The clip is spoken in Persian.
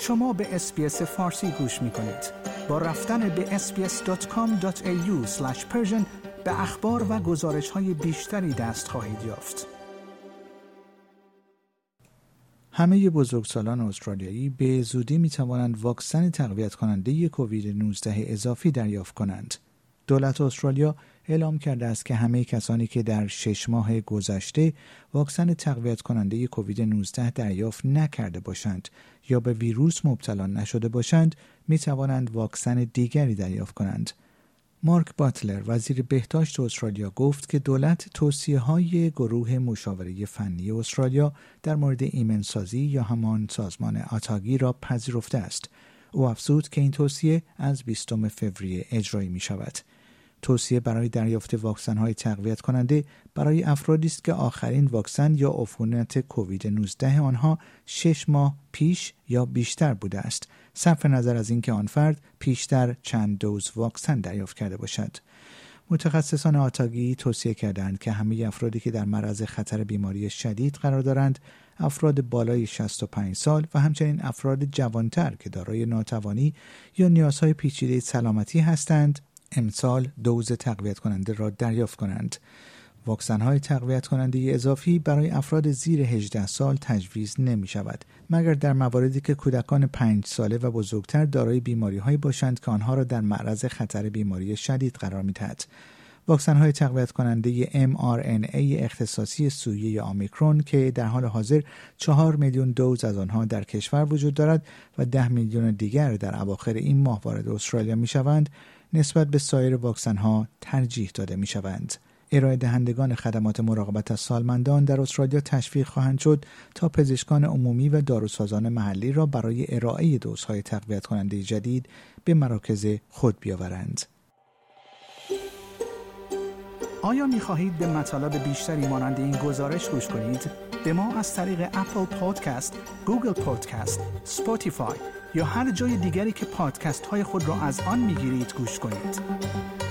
شما به SBS فارسی گوش می‌کنید. با رفتن به sbs.com.au/persian به اخبار و گزارش‌های بیشتری دست خواهید یافت. همه بزرگسالان استرالیایی به زودی می‌توانند واکسن تقویت کننده کووید 19 اضافی دریافت کنند. دولت استرالیا اعلام کرده است که همه کسانی که در 6 ماه گذشته واکسن تقویت کننده کووید 19 دریافت نکرده باشند یا به ویروس مبتلا نشده باشند می توانند واکسن دیگری دریافت کنند. مارک باتلر وزیر بهداشت استرالیا گفت که دولت توصیه‌های گروه مشاوره فنی استرالیا در مورد ایمنسازی یا همان سازمان آتاگی را پذیرفته است. او افزود که این توصیه از 20 فوریه اجرایی می شود. توصیه برای دریافت واکسن‌های تقویت کننده برای افرادی است که آخرین واکسن یا عفونت کووید 19 آنها 6 ماه پیش یا بیشتر بوده است، صرف نظر از اینکه آن فرد پیشتر چند دوز واکسن دریافت کرده باشد. متخصصان آتاگی توصیه کردند که همه افرادی که در معرض خطر بیماری شدید قرار دارند، افراد بالای 65 سال و همچنین افراد جوانتر که دارای ناتوانی یا نیازهای پیچیده سلامتی هستند، امسال دوز تقویت کننده را دریافت کنند. واکسن‌های تقویت کننده اضافی برای افراد زیر 18 سال تجویز نمی شود مگر در مواردی که کودکان 5 ساله و بزرگتر دارای بیماری‌هایی باشند که آنها را در معرض خطر بیماری شدید قرار می‌دهد. واکسن‌های تقویت کننده mRNA اختصاصی سویه یا آمیکرون که در حال حاضر 4 میلیون دوز از آنها در کشور وجود دارد و 10 میلیون دیگر در اواخر این ماه وارد استرالیا می‌شوند، نسبت به سایر واکسن‌ها ترجیح داده می‌شوند. ارائه دهندگان خدمات مراقبت از سالمندان در استرالیا تشویق خواهند شد تا پزشکان عمومی و داروسازان محلی را برای ارائه دوزهای تقویت کننده جدید به مراکز خود بیاورند. آیا می‌خواهید به مطالب بیشتری مانند این گزارش گوش کنید؟ به ما از طریق اپل پادکست، گوگل پادکست، اسپاتیفای یا هر جای دیگری که پادکست‌های خود را از آن می‌گیرید گوش کنید.